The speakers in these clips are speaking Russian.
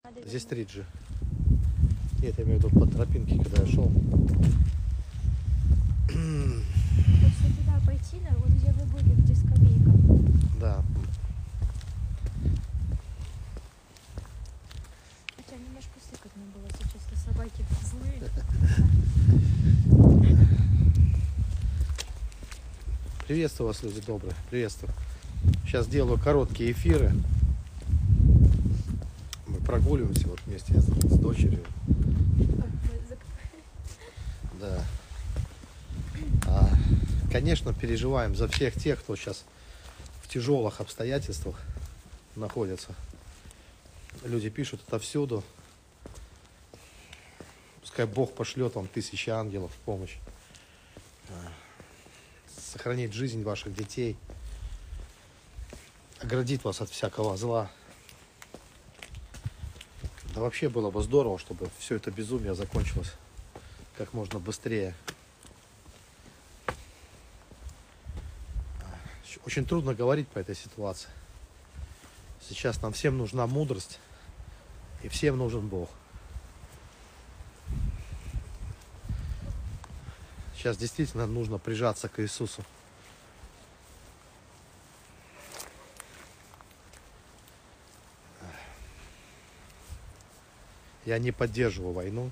Здесь 3G. Нет, я имею в виду по тропинке, когда я шел. Если туда пойти, да, вот где вы были, где скамейка. Да. Хотя немножко сыкотно было, если честно, собаки злые. Приветствую вас, люди добрые. Приветствую. Сейчас делаю короткие эфиры. Мы прогуливаемся вот вместе с дочерью. Да. Конечно, переживаем за всех тех, кто сейчас в тяжелых обстоятельствах находится. Люди пишут отовсюду. Пускай Бог пошлет вам тысячи ангелов в помощь. Сохранить жизнь ваших детей. Оградит вас от всякого зла. Да вообще было бы здорово, чтобы все это безумие закончилось как можно быстрее. Очень трудно говорить по этой ситуации. Сейчас нам всем нужна мудрость, и всем нужен Бог. Сейчас действительно нужно прижаться к Иисусу. Я не поддерживаю войну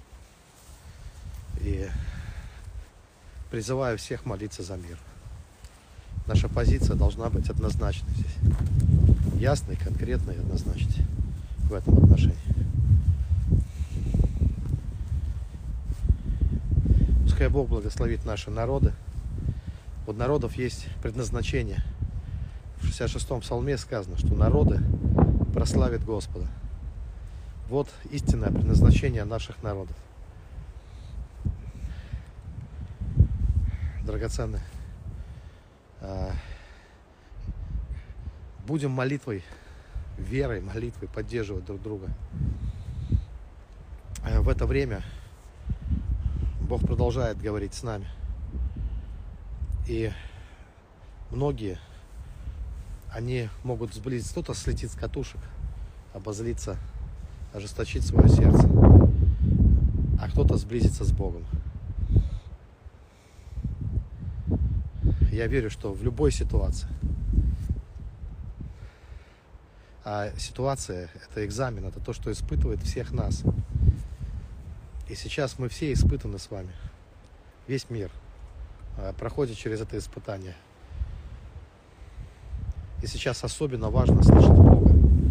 и призываю всех молиться за мир. Наша позиция должна быть однозначной здесь. Ясной, конкретной и однозначной в этом отношении. Пускай Бог благословит наши народы. У народов есть предназначение. В 66-м псалме сказано, что народы прославят Господа. Вот истинное предназначение наших народов. Драгоценные. Будем молитвой, верой, молитвой поддерживать друг друга. В это время Бог продолжает говорить с нами. И многие, они могут сблизиться. Кто-то слетит с катушек, обозлиться, ожесточить свое сердце. А кто-то сблизится с Богом. Я верю, что в любой ситуации, а ситуация – это экзамен, это то, что испытывает всех нас. И сейчас мы все испытаны с вами. Весь мир проходит через это испытание. И сейчас особенно важно слышать Бога.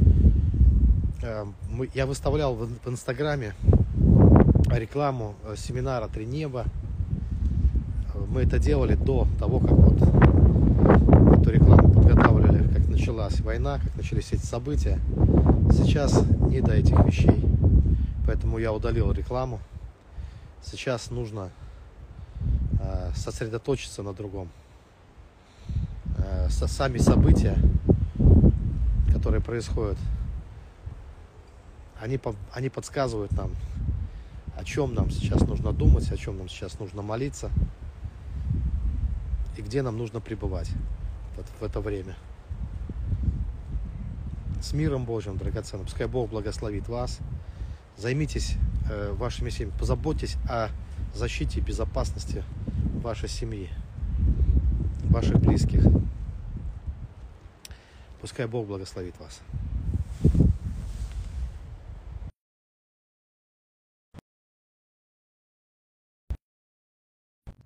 Я выставлял в Инстаграме рекламу семинара «Три неба». Мы это делали до того, как вот эту рекламу подготавливали, как началась война, как начались эти события. Сейчас не до этих вещей, поэтому я удалил рекламу. Сейчас нужно сосредоточиться на другом. Сами события, которые происходят, они подсказывают нам, о чем нам сейчас нужно думать, о чем нам сейчас нужно молиться. И где нам нужно пребывать в это время. С миром Божьим, драгоценным. Пускай Бог благословит вас. Займитесь вашими семьями. Позаботьтесь о защите и безопасности вашей семьи, ваших близких. Пускай Бог благословит вас.